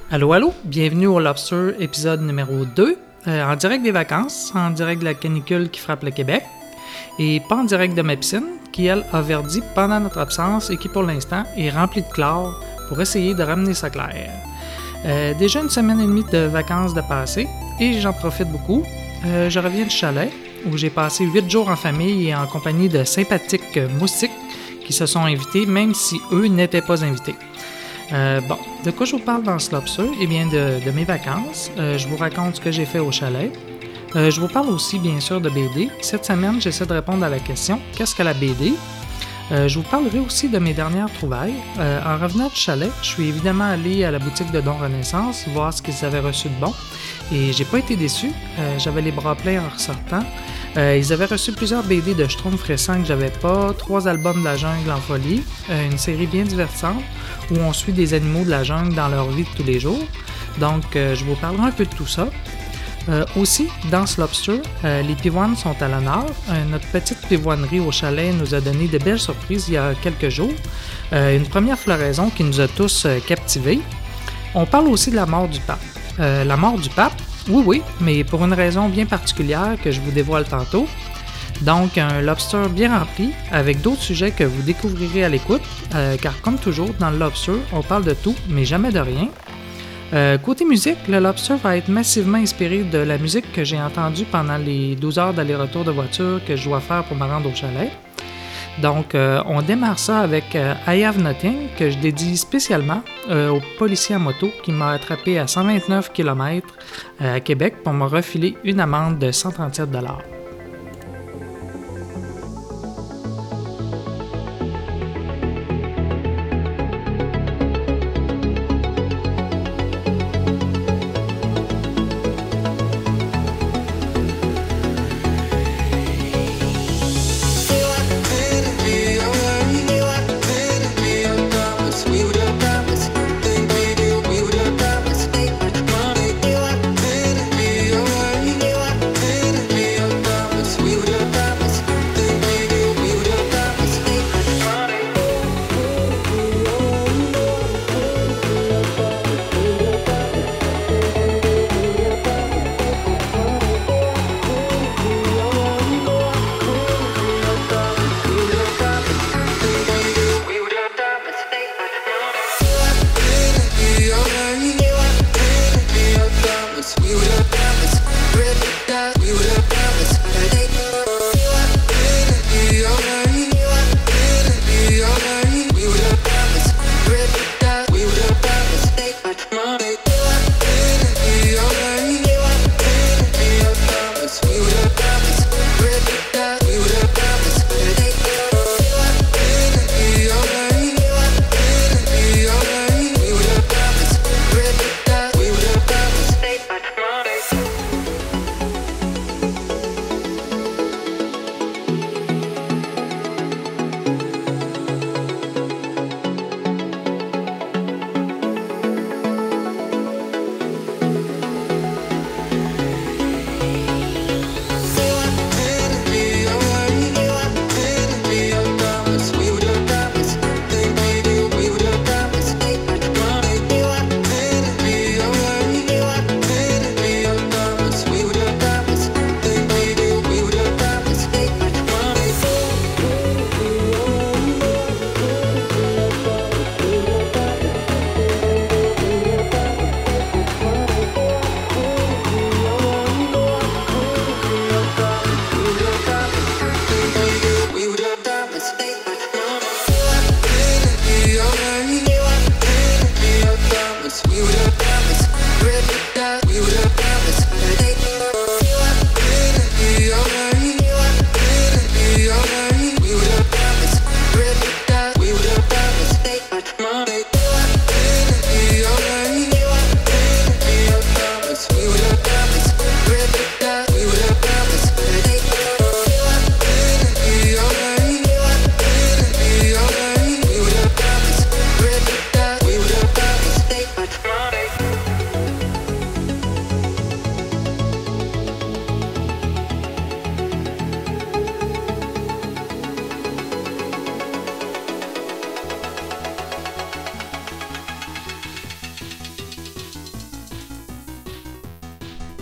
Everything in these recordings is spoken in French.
Allô, allô, bienvenue au Lobster épisode numéro 2, en direct des vacances, en direct de la canicule qui frappe le Québec, et pas en direct de ma piscine, qui elle a verdi pendant notre absence et qui pour l'instant est remplie de chlore pour essayer de ramener ça clair. Déjà une semaine et demie de vacances de passé, et j'en profite beaucoup. Je reviens du chalet, où j'ai passé 8 jours en famille et en compagnie de sympathiques moustiques qui se sont invités, même si eux n'étaient pas invités. De quoi je vous parle dans ce Lobster? Eh bien, de mes vacances. Je vous raconte ce que j'ai fait au chalet. Je vous parle aussi, bien sûr, de BD. Cette semaine, j'essaie de répondre à la question « Qu'est-ce que la BD? » Je vous parlerai aussi de mes dernières trouvailles. En revenant du chalet, je suis évidemment allé à la boutique de Don Renaissance voir ce qu'ils avaient reçu de bon. Et j'ai pas été déçu. J'avais les bras pleins en ressortant. Ils avaient reçu plusieurs BD de Schtroumpfs récents que j'avais pas, 3 albums de la jungle en folie, une série bien divertissante où on suit des animaux de la jungle dans leur vie de tous les jours. Donc, je vous parlerai un peu de tout ça. Aussi, dans ce Lobster, les pivoines sont à l'honneur. Notre petite pivoinerie au chalet nous a donné de belles surprises il y a quelques jours. Une première floraison qui nous a tous captivés. On parle aussi de la mort du pape. La mort du pape, oui, mais pour une raison bien particulière que je vous dévoile tantôt. Donc, un Lobster bien rempli, avec d'autres sujets que vous découvrirez à l'écoute, car comme toujours, dans le Lobster, on parle de tout, mais jamais de rien. Côté musique, le Lobster va être massivement inspiré de la musique que j'ai entendue pendant les 12 heures d'aller-retour de voiture que je dois faire pour me rendre au chalet. Donc, on démarre ça avec I Have Nothing, que je dédie spécialement au policier à moto qui m'a attrapé à 129 km à Québec pour me refiler une amende de 137 $.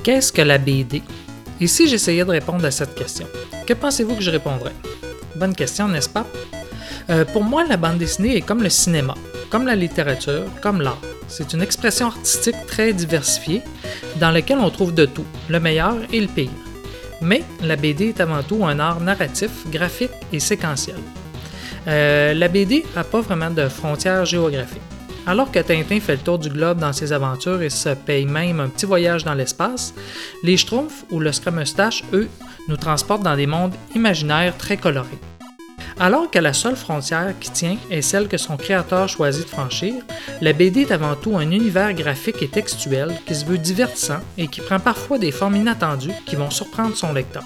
qu'est-ce que la BD? Et si j'essayais de répondre à cette question, que pensez-vous que je répondrais? Bonne question, n'est-ce pas? Pour moi, la bande dessinée est comme le cinéma, comme la littérature, comme l'art. C'est une expression artistique très diversifiée dans laquelle on trouve de tout, le meilleur et le pire. Mais la BD est avant tout un art narratif, graphique et séquentiel. La BD n'a pas vraiment de frontières géographiques. Alors que Tintin fait le tour du globe dans ses aventures et se paye même un petit voyage dans l'espace, les Schtroumpfs ou le Scrameustache, eux, nous transportent dans des mondes imaginaires très colorés. Alors que la seule frontière qui tient est celle que son créateur choisit de franchir, la BD est avant tout un univers graphique et textuel qui se veut divertissant et qui prend parfois des formes inattendues qui vont surprendre son lecteur.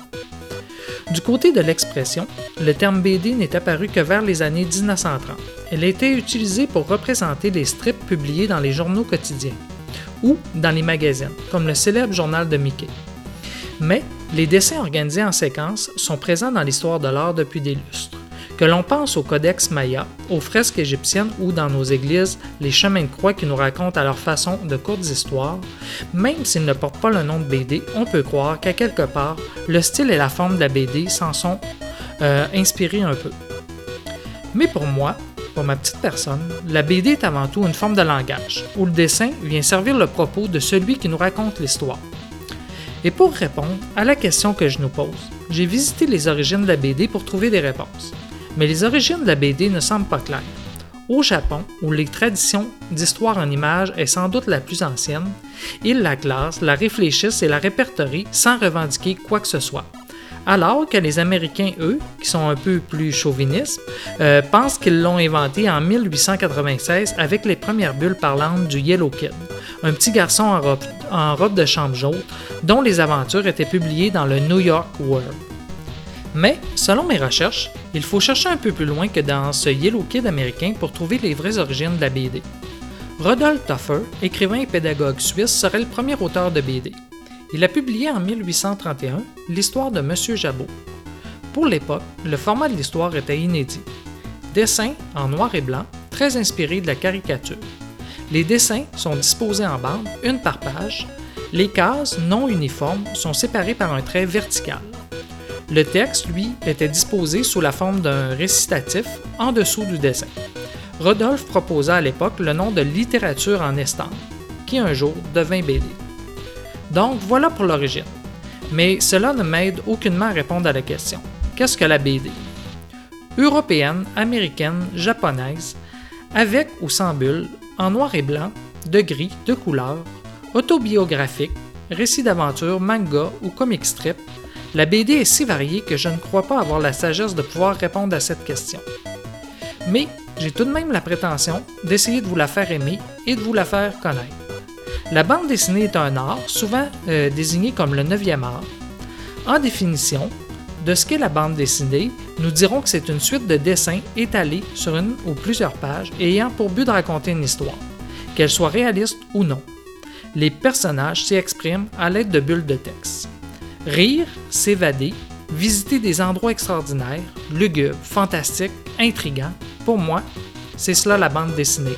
Du côté de l'expression, le terme BD n'est apparu que vers les années 1930. Elle a été utilisée pour représenter les strips publiés dans les journaux quotidiens ou dans les magazines, comme le célèbre journal de Mickey. Mais les dessins organisés en séquence sont présents dans l'histoire de l'art depuis des lustres. Que l'on pense au Codex Maya, aux fresques égyptiennes ou dans nos églises, les chemins de croix qui nous racontent à leur façon de courtes histoires, même s'ils ne portent pas le nom de BD, on peut croire qu'à quelque part, le style et la forme de la BD s'en sont inspirés un peu. Mais pour moi, pour ma petite personne, la BD est avant tout une forme de langage, où le dessin vient servir le propos de celui qui nous raconte l'histoire. Et pour répondre à la question que je nous pose, j'ai visité les origines de la BD pour trouver des réponses. Mais les origines de la BD ne semblent pas claires. Au Japon, où les traditions d'histoire en images est sans doute la plus ancienne, ils la classent, la réfléchissent et la répertorient sans revendiquer quoi que ce soit. Alors que les Américains, eux, qui sont un peu plus chauvinistes, pensent qu'ils l'ont inventée en 1896 avec les premières bulles parlantes du Yellow Kid, un petit garçon en robe de chambre jaune dont les aventures étaient publiées dans le New York World. Mais, selon mes recherches, il faut chercher un peu plus loin que dans ce Yellow Kid américain pour trouver les vraies origines de la BD. Rudolf Toffer, écrivain et pédagogue suisse, serait le premier auteur de BD. Il a publié en 1831 l'histoire de Monsieur Jabot. Pour l'époque, le format de l'histoire était inédit. Dessins en noir et blanc, très inspirés de la caricature. Les dessins sont disposés en bande, une par page. Les cases non uniformes sont séparées par un trait vertical. Le texte, lui, était disposé sous la forme d'un récitatif en dessous du dessin. Rodolphe proposa à l'époque le nom de littérature en estampes, qui un jour devint BD. Donc voilà pour l'origine. Mais cela ne m'aide aucunement à répondre à la question. Qu'est-ce que la BD? Européenne, américaine, japonaise, avec ou sans bulles, en noir et blanc, de gris, de couleur, autobiographique, récit d'aventure, manga ou comic strip, la BD est si variée que je ne crois pas avoir la sagesse de pouvoir répondre à cette question. Mais j'ai tout de même la prétention d'essayer de vous la faire aimer et de vous la faire connaître. La bande dessinée est un art, souvent désigné comme le 9e art. En définition, de ce qu'est la bande dessinée, nous dirons que c'est une suite de dessins étalés sur une ou plusieurs pages et ayant pour but de raconter une histoire, qu'elle soit réaliste ou non. Les personnages s'y expriment à l'aide de bulles de texte. Rire, s'évader, visiter des endroits extraordinaires, lugubres, fantastiques, intrigants, pour moi, c'est cela la bande dessinée.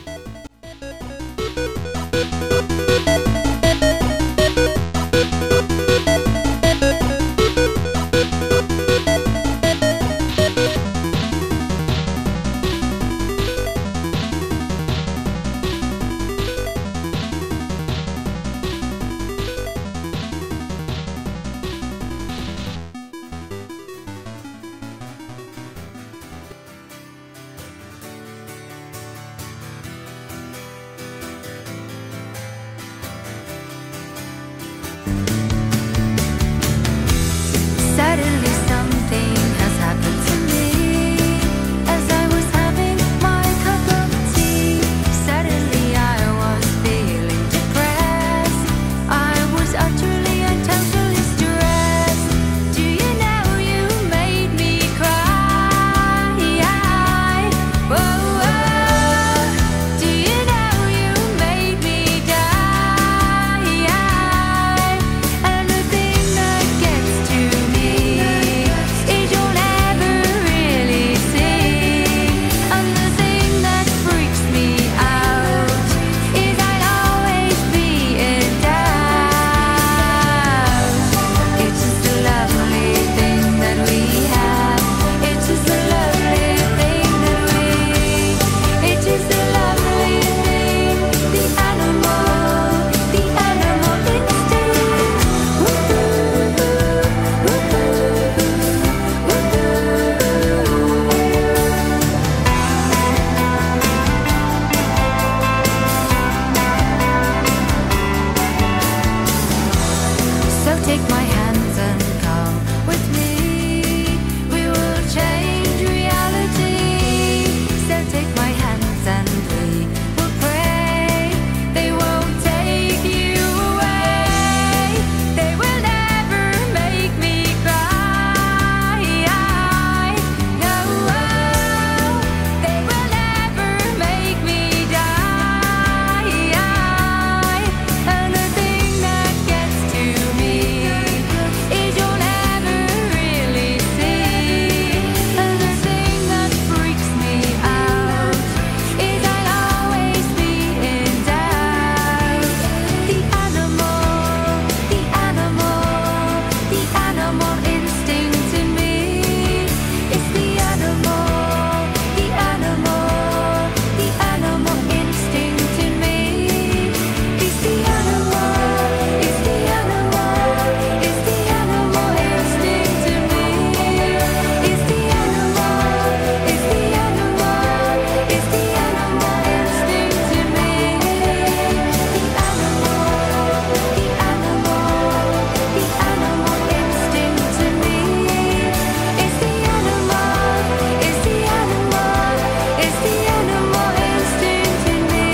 animal instinct in me. It's the animal, the animal, the animal instinct in me. It's the animal, it's the animal, it's the animal instinct in me. It's the animal, it's the animal, it's the animal instinct in me. The animal, the animal, the animal instinct in me. It's the animal, it's the animal, it's the animal instinct in me.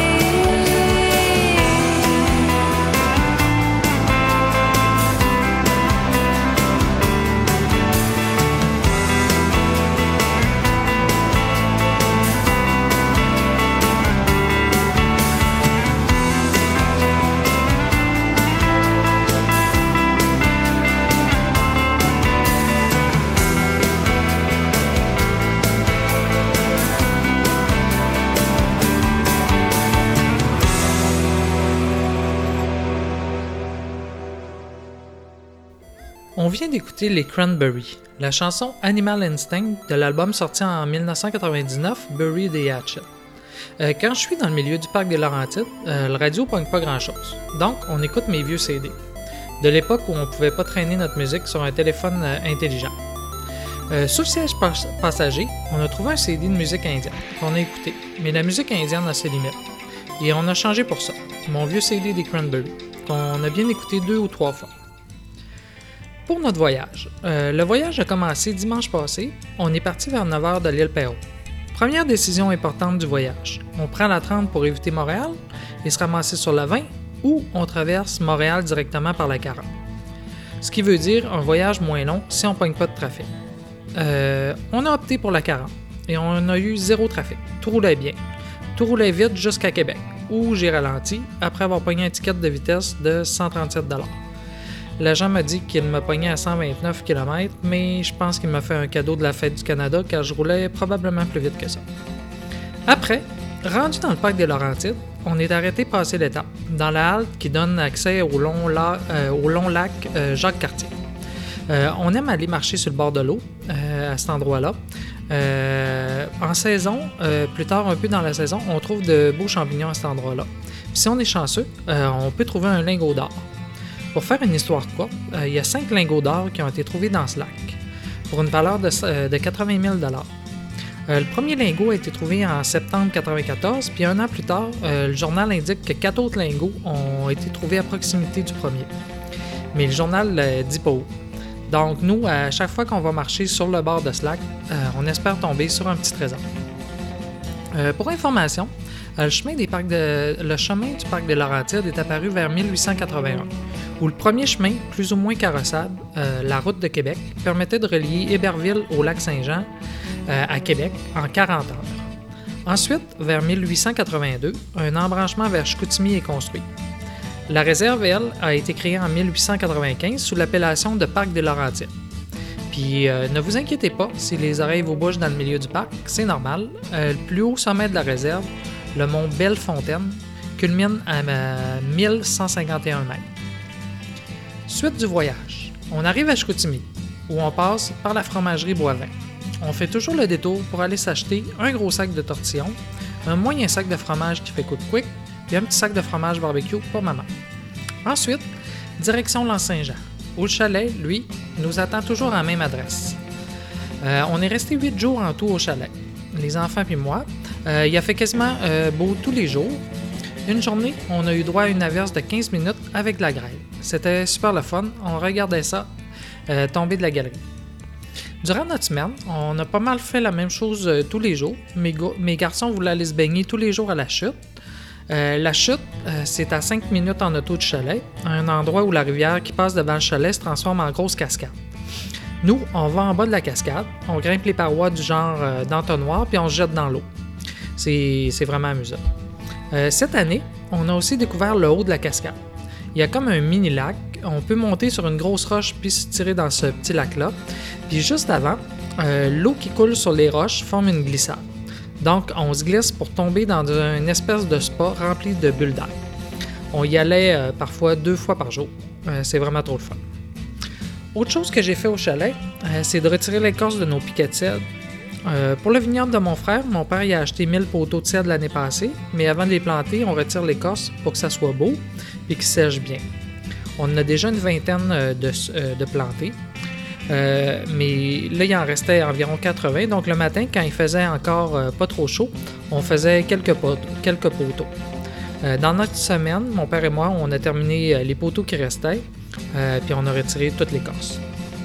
On vient d'écouter les Cranberries, la chanson Animal Instinct de l'album sorti en 1999, Buried the Hatchet. Quand je suis dans le milieu du parc des Laurentides, le radio pogne pas grand-chose, donc on écoute mes vieux CD, de l'époque où on pouvait pas traîner notre musique sur un téléphone intelligent. Sous le siège passager, on a trouvé un CD de musique indienne qu'on a écouté, mais la musique indienne a ses limites. Et on a changé pour ça, mon vieux CD des Cranberries, qu'on a bien écouté 2 ou 3 fois. Pour notre voyage, le voyage a commencé dimanche passé, on est parti vers 9h de l'île Perrault. Première décision importante du voyage, on prend la 30 pour éviter Montréal et se ramasser sur la 20 ou on traverse Montréal directement par la 40. Ce qui veut dire un voyage moins long si on ne pogne pas de trafic. On a opté pour la 40 et on a eu 0 trafic. Tout roulait bien. Tout roulait vite jusqu'à Québec, où j'ai ralenti après avoir pogné un ticket de vitesse de 137 $. L'agent m'a dit qu'il m'a pogné à 129 km, mais je pense qu'il m'a fait un cadeau de la fête du Canada car je roulais probablement plus vite que ça. Après, rendu dans le parc des Laurentides, on est arrêté passer l'étape, dans la halte qui donne accès au long lac Jacques-Cartier. On aime aller marcher sur le bord de l'eau, à cet endroit-là. En saison, plus tard un peu dans la saison, on trouve de beaux champignons à cet endroit-là. Puis si on est chanceux, on peut trouver un lingot d'or. Pour faire une histoire courte, il y a 5 lingots d'or qui ont été trouvés dans ce lac, pour une valeur de 80 000 $. Le premier lingot a été trouvé en septembre 1994, puis un an plus tard, le journal indique que 4 autres lingots ont été trouvés à proximité du premier. Mais le journal ne dit pas où. Donc nous, à chaque fois qu'on va marcher sur le bord de ce lac, on espère tomber sur un petit trésor. Pour information, le chemin du parc des Laurentides est apparu vers 1881, où le premier chemin, plus ou moins carrossable, la route de Québec, permettait de relier Héberville au lac Saint-Jean à Québec en 40 heures. Ensuite, vers 1882, un embranchement vers Chicoutimi est construit. La réserve, elle, a été créée en 1895 sous l'appellation de Parc des Laurentides. Puis ne vous inquiétez pas si les oreilles vous bougent dans le milieu du parc, c'est normal. Le plus haut sommet de la réserve, le mont Bellefontaine, culmine à 1151 mètres. Suite du voyage, on arrive à Chicoutimi, où on passe par la fromagerie Boivin. On fait toujours le détour pour aller s'acheter un gros sac de tortillons, un moyen sac de fromage qui fait coup de quick, et un petit sac de fromage barbecue pour maman. Ensuite, direction l'Anse-Saint-Jean, où le chalet, lui, nous attend toujours à la même adresse. On est resté 8 jours en tout au chalet, les enfants puis moi. Il a fait quasiment beau tous les jours. Une journée, on a eu droit à une averse de 15 minutes avec de la grêle. C'était super le fun, on regardait ça tomber de la galerie. Durant notre semaine, on a pas mal fait la même chose tous les jours. Mes garçons voulaient aller se baigner tous les jours à la chute. La chute, c'est à 5 minutes en auto du chalet, un endroit où la rivière qui passe devant le chalet se transforme en grosse cascade. Nous, on va en bas de la cascade, on grimpe les parois du genre d'entonnoir puis on se jette dans l'eau. C'est vraiment amusant. Cette année, on a aussi découvert le haut de la cascade. Il y a comme un mini-lac, on peut monter sur une grosse roche puis se tirer dans ce petit lac-là. Puis juste avant, l'eau qui coule sur les roches forme une glissade. Donc, on se glisse pour tomber dans une espèce de spa rempli de bulles d'air. On y allait parfois 2 fois par jour. C'est vraiment trop le fun. Autre chose que j'ai fait au chalet, c'est de retirer l'écorce de nos piquets de cèdre. Pour le vignoble de mon frère, mon père y a acheté 1000 poteaux de cèdre l'année passée, mais avant de les planter, on retire l'écorce pour que ça soit beau et qu'il sèche bien. On en a déjà une vingtaine de plantés, mais là, il en restait environ 80. Donc le matin, quand il faisait encore pas trop chaud, on faisait quelques poteaux. Dans notre semaine, mon père et moi, on a terminé les poteaux qui restaient, puis on a retiré toute l'écorce.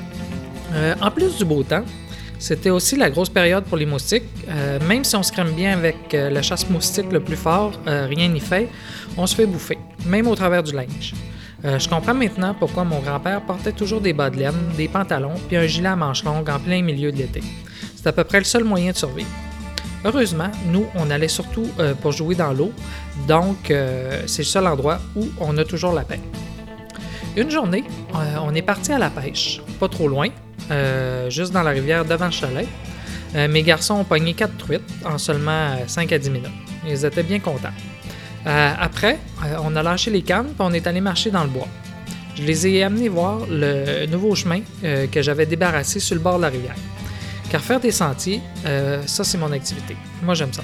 En plus du beau temps, c'était aussi la grosse période pour les moustiques. Même si on se crème bien avec la chasse moustique le plus fort, rien n'y fait, on se fait bouffer, même au travers du linge. Je comprends maintenant pourquoi mon grand-père portait toujours des bas de laine, des pantalons puis un gilet à manches longues en plein milieu de l'été. C'est à peu près le seul moyen de survivre. Heureusement, nous, on allait surtout pour jouer dans l'eau, donc c'est le seul endroit où on a toujours la paix. Une journée, on est parti à la pêche, pas trop loin, juste dans la rivière devant le chalet. Mes garçons ont pogné 4 truites en seulement 5 à 10 minutes. Ils étaient bien contents. Après, on a lâché les cannes et on est allé marcher dans le bois. Je les ai amenés voir le nouveau chemin que j'avais débarrassé sur le bord de la rivière. Car faire des sentiers, ça c'est mon activité. Moi j'aime ça.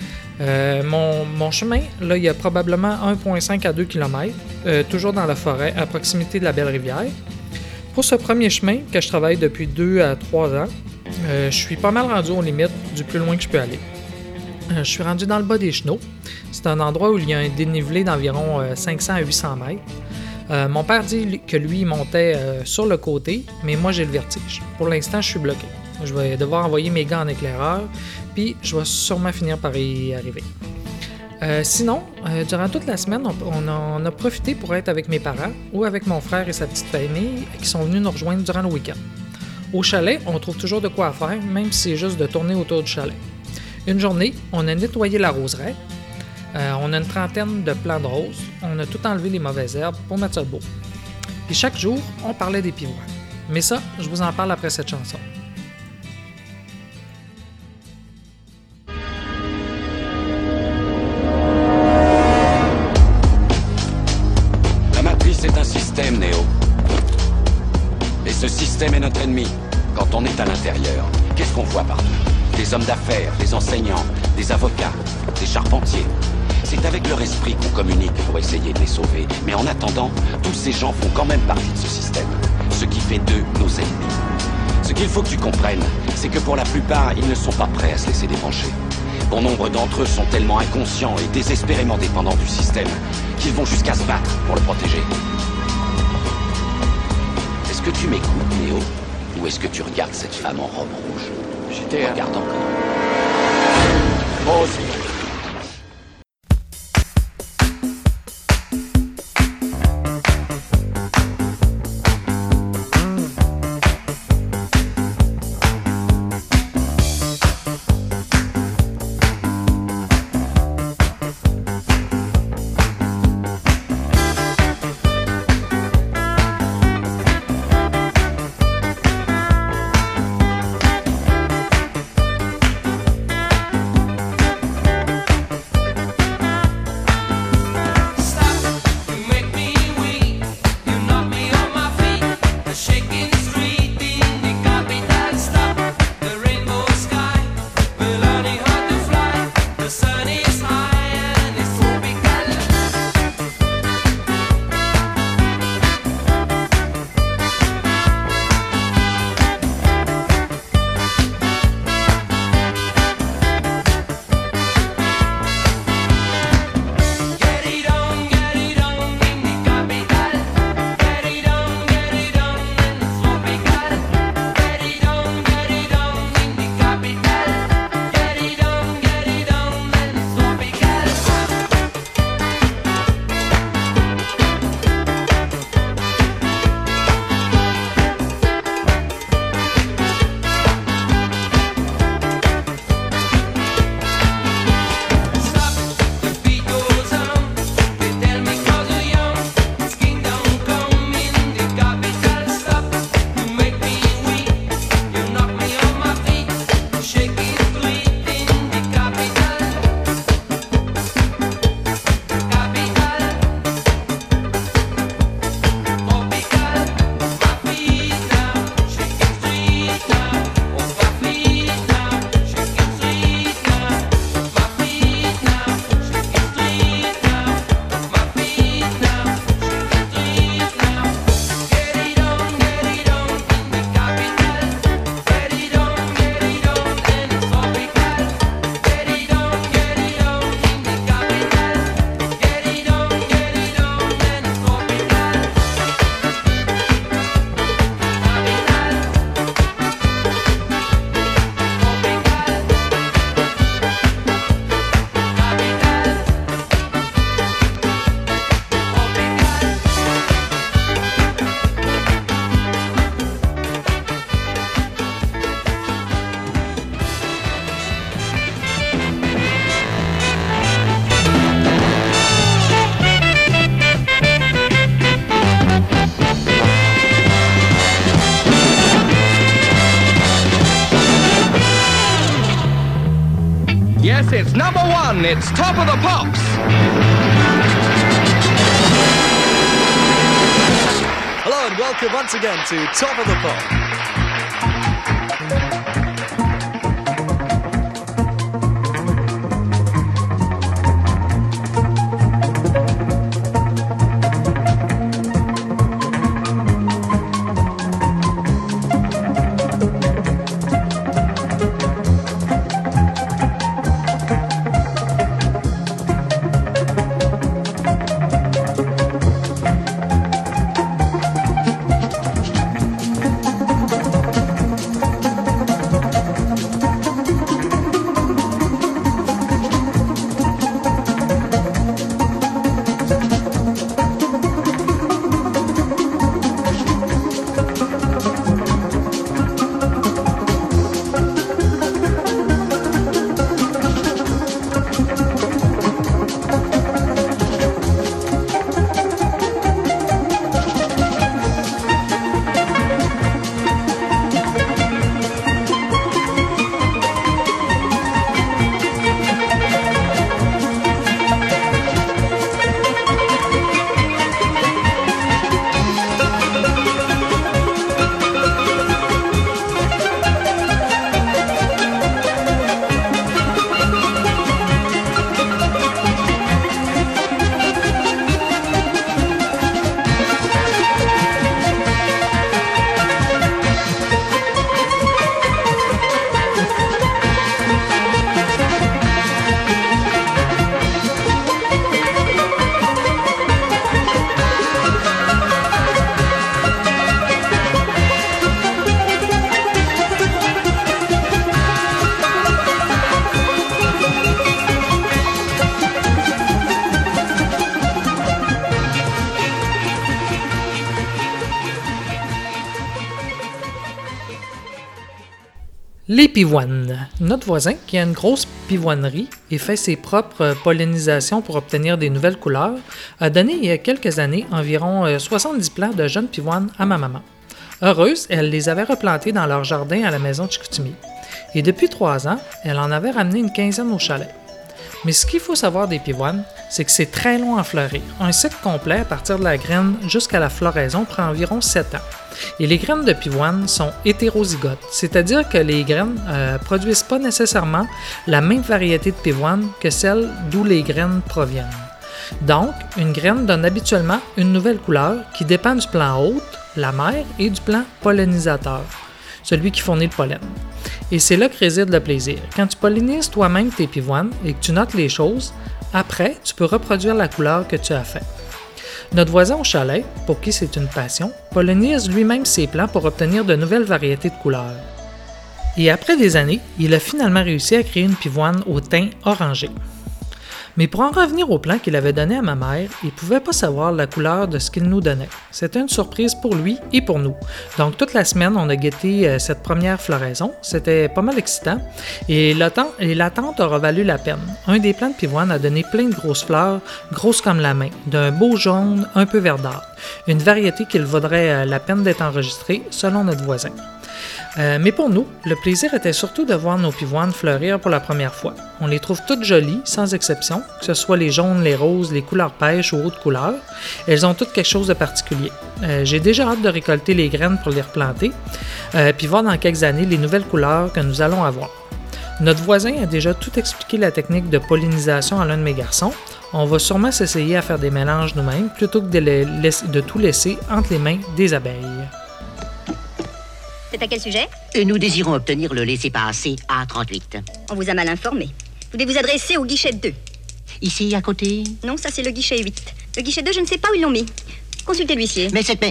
Mon chemin, là, il y a probablement 1,5 à 2 km, toujours dans la forêt, à proximité de la belle rivière. Pour ce premier chemin, que je travaille depuis 2 à 3 ans, je suis pas mal rendu aux limites du plus loin que je peux aller. Je suis rendu dans le bas des Chenaux. C'est un endroit où il y a un dénivelé d'environ 500 à 800 mètres. Mon père dit que lui, il montait sur le côté, mais moi, j'ai le vertige. Pour l'instant, je suis bloqué. Je vais devoir envoyer mes gants en éclaireur, puis je vais sûrement finir par y arriver. Sinon, durant toute la semaine, on a profité pour être avec mes parents ou avec mon frère et sa petite famille qui sont venus nous rejoindre durant le week-end. Au chalet, on trouve toujours de quoi faire, même si c'est juste de tourner autour du chalet. Une journée, on a nettoyé la roseraie. On a une trentaine de plants de roses. On a tout enlevé les mauvaises herbes pour mettre ça beau. Puis chaque jour, on parlait des pivoines. Mais ça, je vous en parle après cette chanson. La matrice est un système, Néo. Et ce système est notre ennemi. Quand on est à l'intérieur, qu'est-ce qu'on voit partout? Des hommes d'affaires, des enseignants, des avocats, des charpentiers. C'est avec leur esprit qu'on communique pour essayer de les sauver. Mais en attendant, tous ces gens font quand même partie de ce système. Ce qui fait d'eux nos ennemis. Ce qu'il faut que tu comprennes, c'est que pour la plupart, ils ne sont pas prêts à se laisser débrancher. Bon nombre d'entre eux sont tellement inconscients et désespérément dépendants du système qu'ils vont jusqu'à se battre pour le protéger. Est-ce que tu m'écoutes, Néo? Ou est-ce que tu regardes cette femme en robe rouge? Regarde encore. Pause. Yes, it's number one. It's Top of the Pops. Hello and welcome once again to Top of the Pop. Les pivoines. Notre voisin, qui a une grosse pivoinerie et fait ses propres pollinisations pour obtenir des nouvelles couleurs, a donné il y a quelques années environ 70 plants de jeunes pivoines à ma maman. Heureuse, elle les avait replantés dans leur jardin à la maison de Chicoutimi. Et depuis 3 ans, elle en avait ramené une quinzaine au chalet. Mais ce qu'il faut savoir des pivoines, c'est que c'est très long à fleurir. Un cycle complet à partir de la graine jusqu'à la floraison prend environ 7 ans. Et les graines de pivoine sont hétérozygotes, c'est-à-dire que les graines ne produisent pas nécessairement la même variété de pivoine que celle d'où les graines proviennent. Donc, une graine donne habituellement une nouvelle couleur qui dépend du plant hôte, la mère, et du plant pollinisateur, celui qui fournit le pollen. Et c'est là que réside le plaisir. Quand tu pollinises toi-même tes pivoines et que tu notes les choses, après, tu peux reproduire la couleur que tu as faite. Notre voisin au chalet, pour qui c'est une passion, pollinise lui-même ses plants pour obtenir de nouvelles variétés de couleurs. Et après des années, il a finalement réussi à créer une pivoine au teint orangé. Mais pour en revenir au plan qu'il avait donné à ma mère, il ne pouvait pas savoir la couleur de ce qu'il nous donnait. C'était une surprise pour lui et pour nous. Donc toute la semaine, on a guetté cette première floraison. C'était pas mal excitant et l'attente aura valu la peine. Un des plants de pivoine a donné plein de grosses fleurs, grosses comme la main, d'un beau jaune un peu verdâtre. Une variété qu'il vaudrait la peine d'être enregistrée selon notre voisin. Mais pour nous, le plaisir était surtout de voir nos pivoines fleurir pour la première fois. On les trouve toutes jolies, sans exception, que ce soit les jaunes, les roses, les couleurs pêche ou autres couleurs. Elles ont toutes quelque chose de particulier. J'ai déjà hâte de récolter les graines pour les replanter, puis voir dans quelques années les nouvelles couleurs que nous allons avoir. Notre voisin a déjà tout expliqué la technique de pollinisation à l'un de mes garçons. On va sûrement s'essayer à faire des mélanges nous-mêmes plutôt que de tout laisser entre les mains des abeilles. C'est à quel sujet? Nous désirons obtenir le laissez-passer A38. On vous a mal informé. Vous devez vous adresser au guichet 2. Ici, à côté? Non, ça c'est le guichet 8. Le guichet 2, je ne sais pas où ils l'ont mis. Consultez l'huissier. Mais c'est...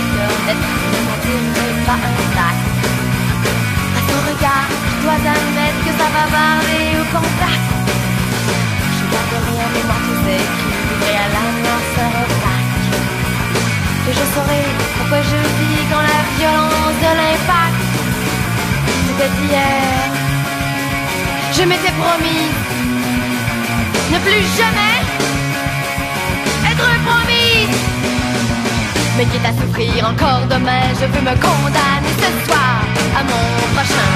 cœur net, ne m'en pas un sac. À ton regard, je dois admettre que ça va barrer au contact. Je garderai en mémoire tous ces cris livrés à la noirceur opaque. Que je saurai pourquoi je vis quand la violence de l'impact. C'était hier, je m'étais promis ne plus jamais être promise. Mais quitte à souffrir encore demain, je veux me condamner ce soir à mon prochain.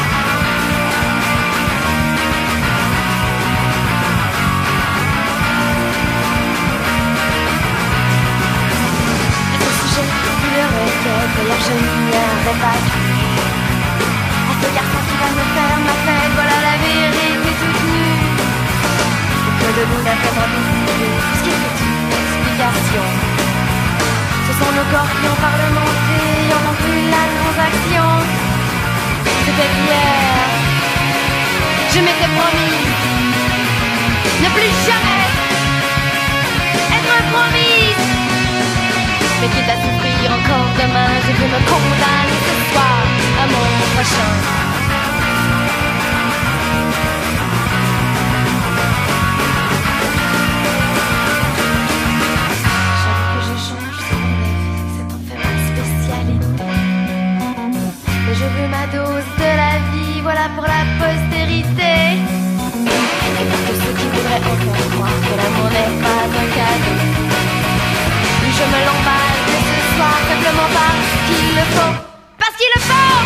À ce sujet, il le répète, d'ailleurs je n'y avais pas cru. À ce garçon qui va me faire ma fête, voilà la vérité toute nue. Que de nous n'a vraiment décidé, puisqu'il faut une explication. Ce sont nos corps qui ont parlementé, ont rompu la transaction. C'était hier, je m'étais promis ne plus jamais être promise. Mais quitte à souffrir encore demain, je veux me condamner ce soir à mon prochain. Je veux ma dose de la vie, voilà pour la postérité. Et pour tous ceux qui voudraient encore croire que l'amour n'est pas un cadeau, je me l'emballe dès ce soir simplement parce qu'il le faut. Parce qu'il le faut.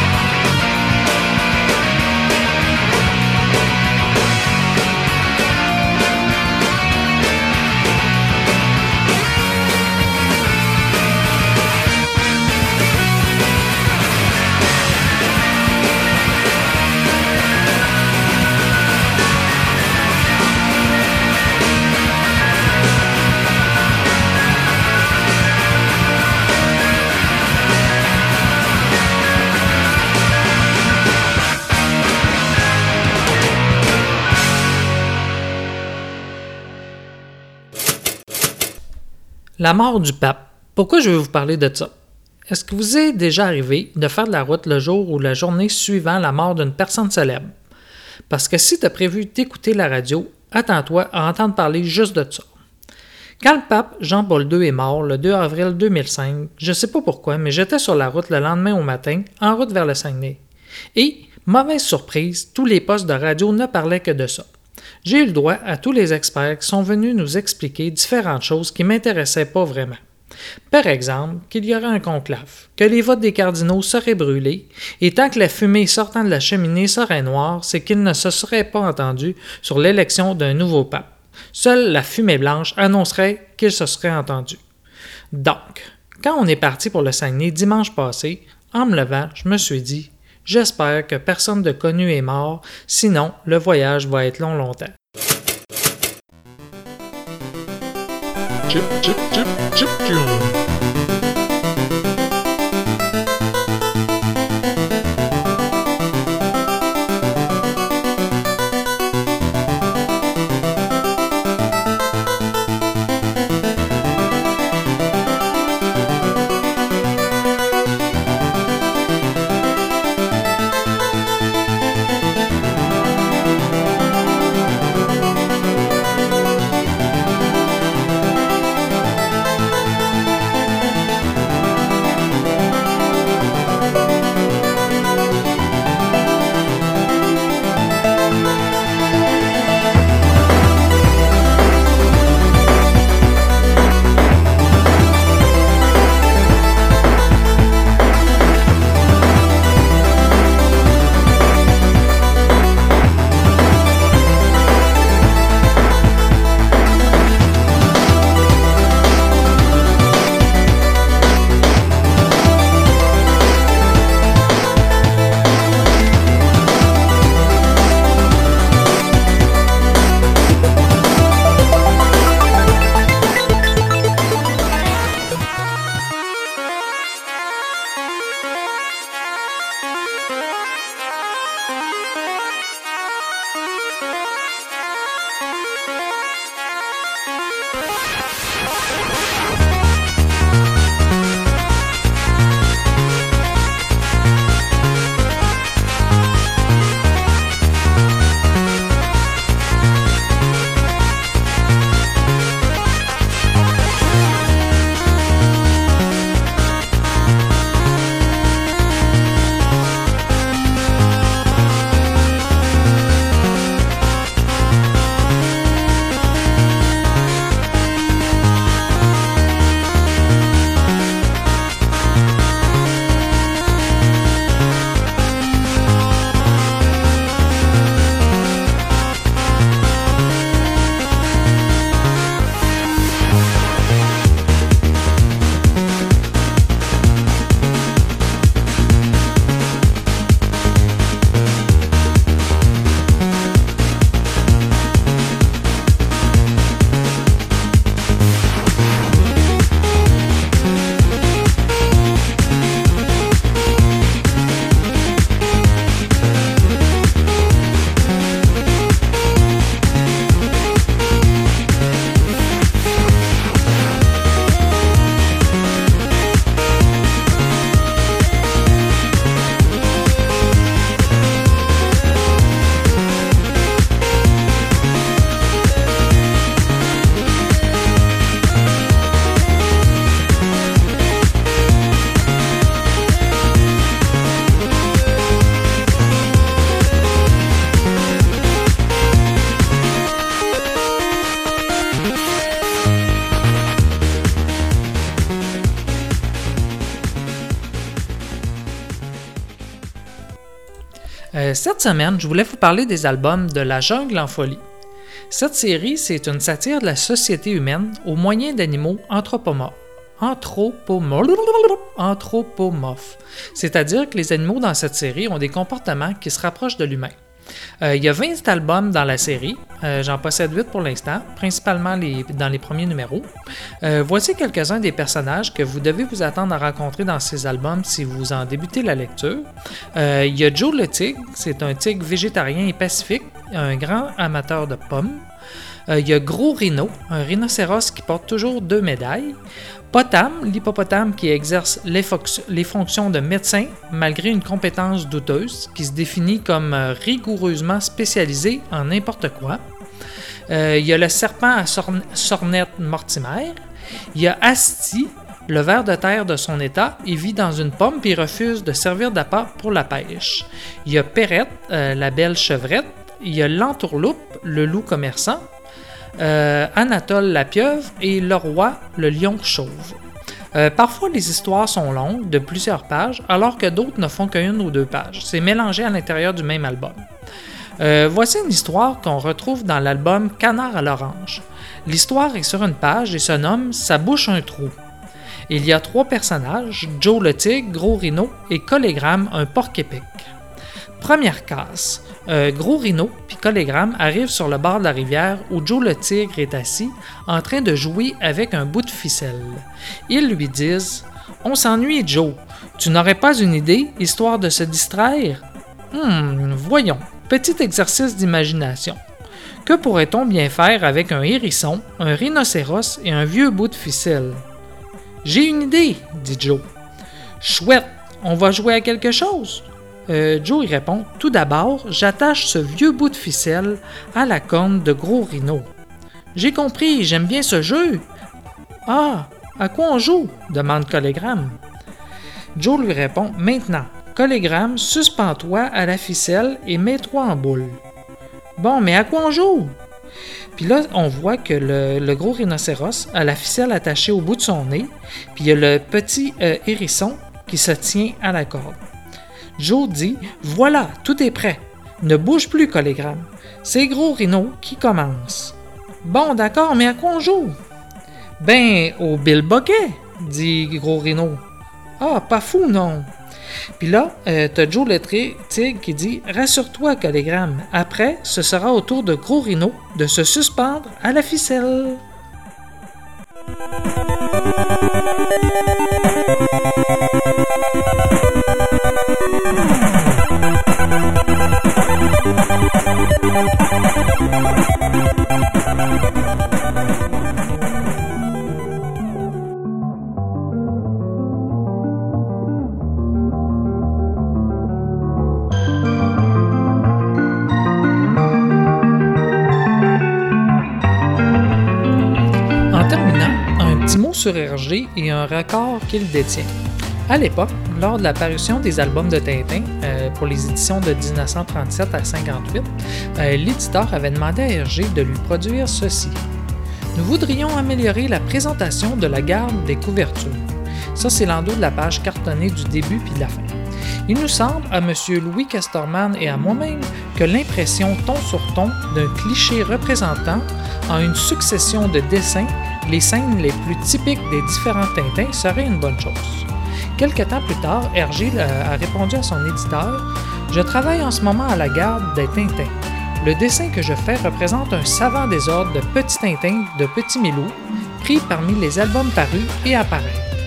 La mort du pape. Pourquoi je vais vous parler de ça? Est-ce que vous est déjà arrivé de faire de la route le jour ou la journée suivant la mort d'une personne célèbre? Parce que si tu as prévu d'écouter la radio, attends-toi à entendre parler juste de ça. Quand le pape Jean-Paul II est mort le 2 avril 2005, je ne sais pas pourquoi, mais j'étais sur la route le lendemain au matin, en route vers le Saguenay. Et, mauvaise surprise, tous les postes de radio ne parlaient que de ça. J'ai eu le droit à tous les experts qui sont venus nous expliquer différentes choses qui ne m'intéressaient pas vraiment. Par exemple, qu'il y aurait un conclave, que les votes des cardinaux seraient brûlés, et tant que la fumée sortant de la cheminée serait noire, c'est qu'ils ne se seraient pas entendus sur l'élection d'un nouveau pape. Seule la fumée blanche annoncerait qu'ils se seraient entendus. Donc, quand on est parti pour le Saguenay dimanche passé, en me levant, je me suis dit « J'espère que personne de connu est mort, sinon le voyage va être longtemps. » Chip, chip, chip, chip tune. Cette semaine, je voulais vous parler des albums de La Jungle en folie. Cette série, c'est une satire de la société humaine au moyen d'animaux anthropomorphes. C'est-à-dire que les animaux dans cette série ont des comportements qui se rapprochent de l'humain. Il y a 20 albums dans la série, j'en possède 8 pour l'instant, principalement dans les premiers numéros. Voici quelques-uns des personnages que vous devez vous attendre à rencontrer dans ces albums si vous en débutez la lecture. Il y a Joe le tigre, c'est un tigre végétarien et pacifique, un grand amateur de pommes. Il y a Gros Rhino, un rhinocéros qui porte toujours 2 médailles. Potam, l'hippopotame qui exerce les fonctions de médecin malgré une compétence douteuse, qui se définit comme rigoureusement spécialisé en n'importe quoi. Il y a le serpent à sornette Mortimer. Il y a Asti, le ver de terre de son état. Il vit dans une pomme puis refuse de servir d'appât pour la pêche. Il y a Perrette, la belle chevrette. Il y a l'entourloupe, le loup commerçant. Anatole la pieuvre et le roi, le lion chauve. Parfois, les histoires sont longues, de plusieurs pages, alors que d'autres ne font qu'une ou 2 pages. C'est mélangé à l'intérieur du même album. Voici une histoire qu'on retrouve dans l'album Canard à l'orange. L'histoire est sur une page et se nomme « Sa bouche un trou ». Il y a 3 personnages, Joe le tigre, Gros Rhino et Collégramme, un porc-épic. Première case. Gros Rhino puis Collégramme arrivent sur le bord de la rivière où Joe le tigre est assis en train de jouer avec un bout de ficelle. Ils lui disent « On s'ennuie, Joe. Tu n'aurais pas une idée, histoire de se distraire? » Voyons, petit exercice d'imagination. Que pourrait-on bien faire avec un hérisson, un rhinocéros et un vieux bout de ficelle? « J'ai une idée, dit Joe. « Chouette, on va jouer à quelque chose? » Joe y répond « Tout d'abord, j'attache ce vieux bout de ficelle à la corne de Gros Rhino. »« J'ai compris, j'aime bien ce jeu. »« Ah, à quoi on joue? » demande Collégramme. Joe lui répond « Maintenant, Collégramme, suspends-toi à la ficelle et mets-toi en boule. »« Bon, mais à quoi on joue? » Puis là, on voit que le gros rhinocéros a la ficelle attachée au bout de son nez, puis il y a le petit hérisson qui se tient à la corde. Joe dit « Voilà, tout est prêt. Ne bouge plus, Collégramme. C'est Gros Rhino qui commence. »« Bon, d'accord, mais à quoi on joue? »« Ben, au bilboquet, dit Gros Rhino. »« Ah, pas fou, non. » Puis là, t'as Joe le tigre qui dit « Rassure-toi, Collégramme. Après, ce sera au tour de Gros Rhino de se suspendre à la ficelle. » En terminant, un petit mot sur Hergé et un record qu'il détient. À l'époque, lors de l'apparition des albums de Tintin, pour les éditions de 1937 à 58, l'éditeur avait demandé à Hergé de lui produire ceci. « Nous voudrions améliorer la présentation de la garde des couvertures. » Ça, c'est l'endos de la page cartonnée du début puis de la fin. Il nous semble, à M. Louis Casterman et à moi-même, que l'impression ton sur ton d'un cliché représentant, en une succession de dessins, les scènes les plus typiques des différents Tintins serait une bonne chose. Quelque temps plus tard, Hergé a répondu à son éditeur « Je travaille en ce moment à la garde des Tintins. Le dessin que je fais représente un savant désordre de petits Tintins, de petits Milou, pris parmi les albums parus et apparaître. »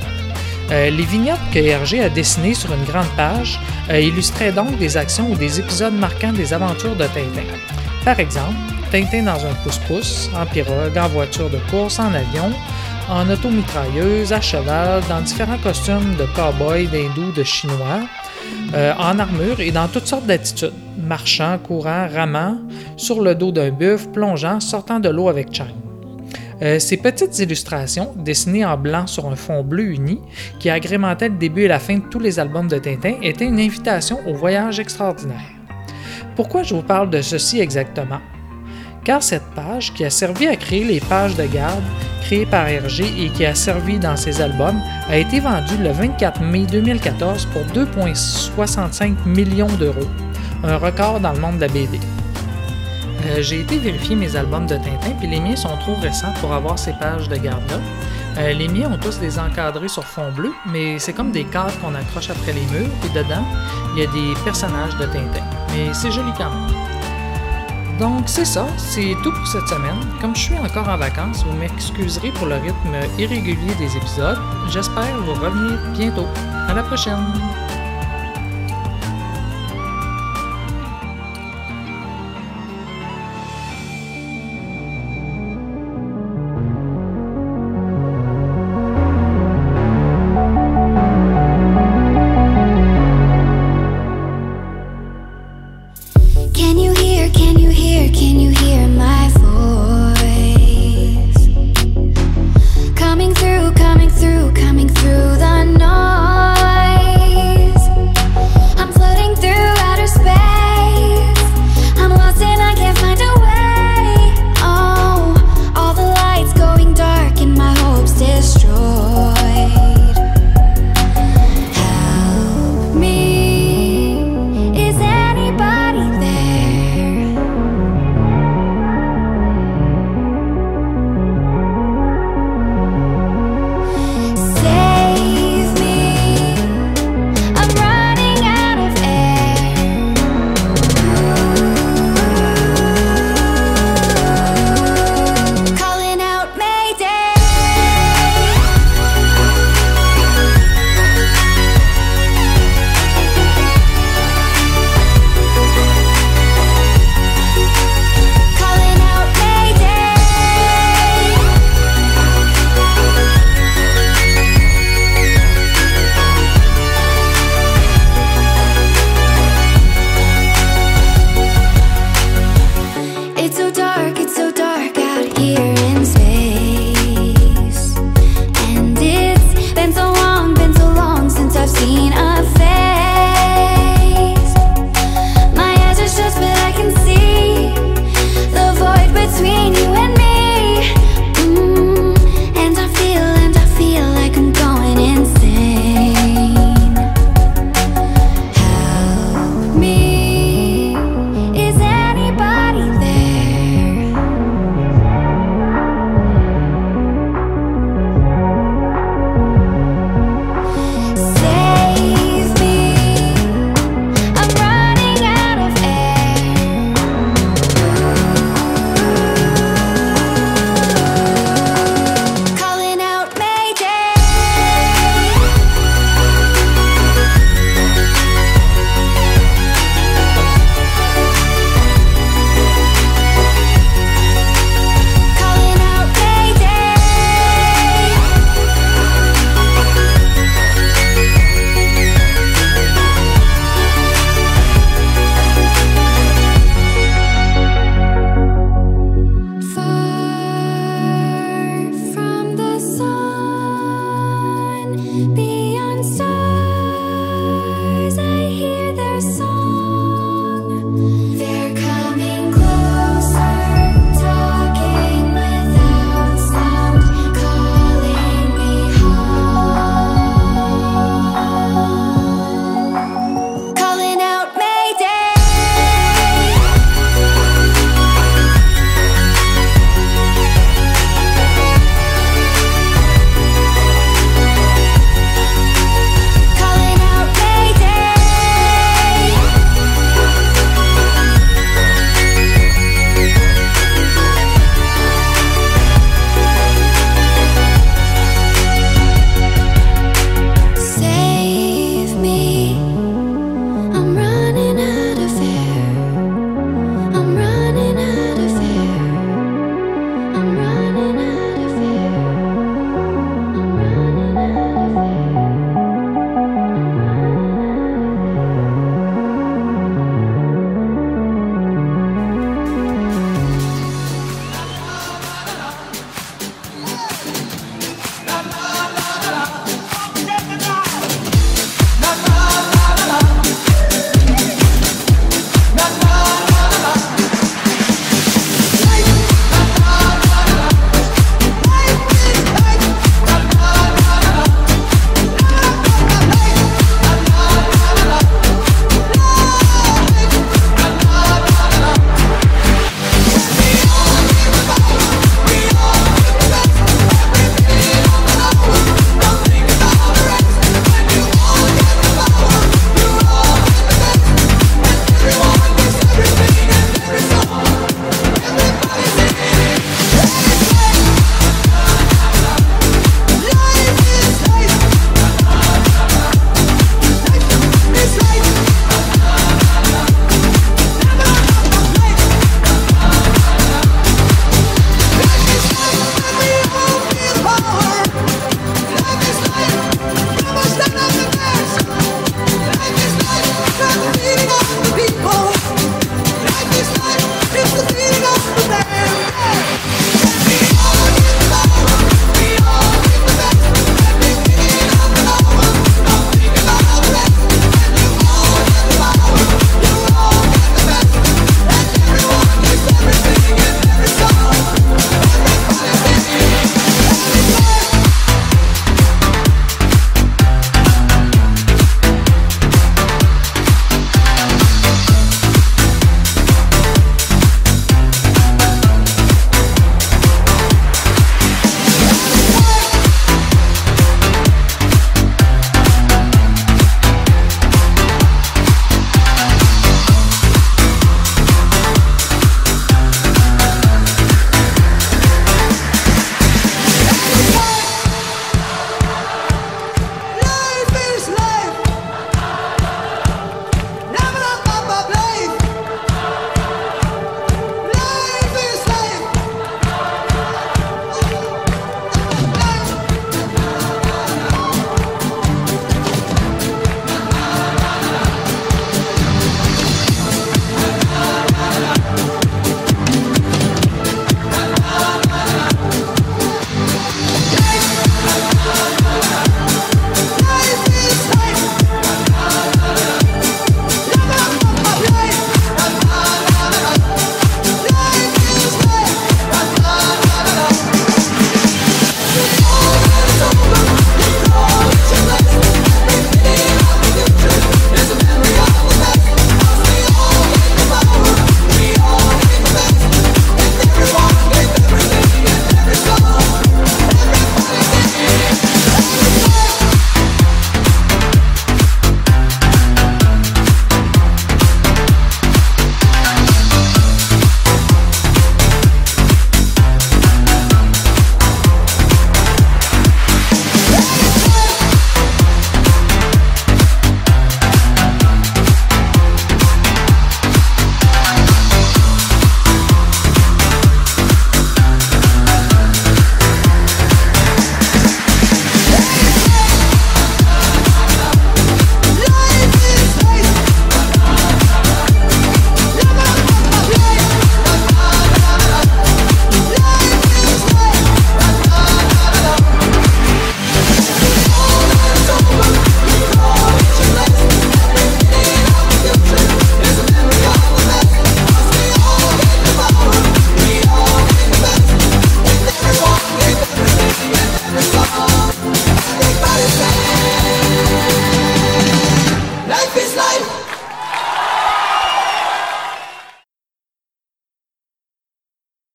Les vignettes que Hergé a dessinées sur une grande page illustraient donc des actions ou des épisodes marquants des aventures de Tintin. Par exemple, Tintin dans un pouce-pouce, en pirogue, en voiture de course, en avion, en automitrailleuse, à cheval, dans différents costumes de cow-boy, d'hindou, de chinois, en armure et dans toutes sortes d'attitudes, marchant, courant, ramant, sur le dos d'un buffle, plongeant, sortant de l'eau avec Chang. Ces petites illustrations, dessinées en blanc sur un fond bleu uni, qui agrémentaient le début et la fin de tous les albums de Tintin, étaient une invitation au voyage extraordinaire. Pourquoi je vous parle de ceci exactement? Car cette page, qui a servi à créer les pages de garde créées par Hergé et qui a servi dans ses albums, a été vendue le 24 mai 2014 pour 2,65 millions d'euros. un record dans le monde de la BD. J'ai été vérifier mes albums de Tintin, puis les miens sont trop récents pour avoir ces pages de garde-là. Les miens ont tous des encadrés sur fond bleu, mais c'est comme des cadres qu'on accroche après les murs, et dedans, il y a des personnages de Tintin. Mais c'est joli quand même. Donc c'est ça, c'est tout pour cette semaine. Comme je suis encore en vacances, vous m'excuserez pour le rythme irrégulier des épisodes. J'espère vous revenir bientôt. À la prochaine!